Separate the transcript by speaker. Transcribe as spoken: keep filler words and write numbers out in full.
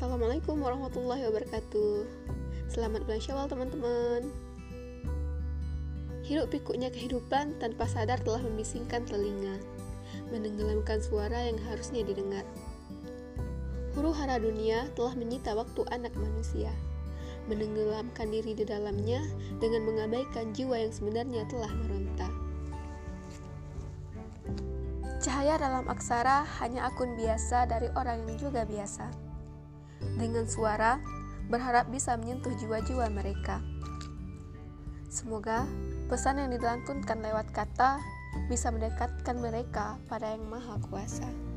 Speaker 1: Assalamualaikum warahmatullahi wabarakatuh. Selamat bulan Syawal teman-teman. Hiruk pikuknya kehidupan tanpa sadar telah membisingkan telinga, menenggelamkan suara yang harusnya didengar. Huru hara dunia telah menyita waktu anak manusia, menenggelamkan diri di dalamnya dengan mengabaikan jiwa yang sebenarnya telah meronta. Cahaya dalam aksara hanya akun biasa dari orang yang juga biasa. Dengan suara, berharap bisa menyentuh jiwa-jiwa mereka. Semoga pesan yang dilantunkan lewat kata bisa mendekatkan mereka pada Yang Maha Kuasa.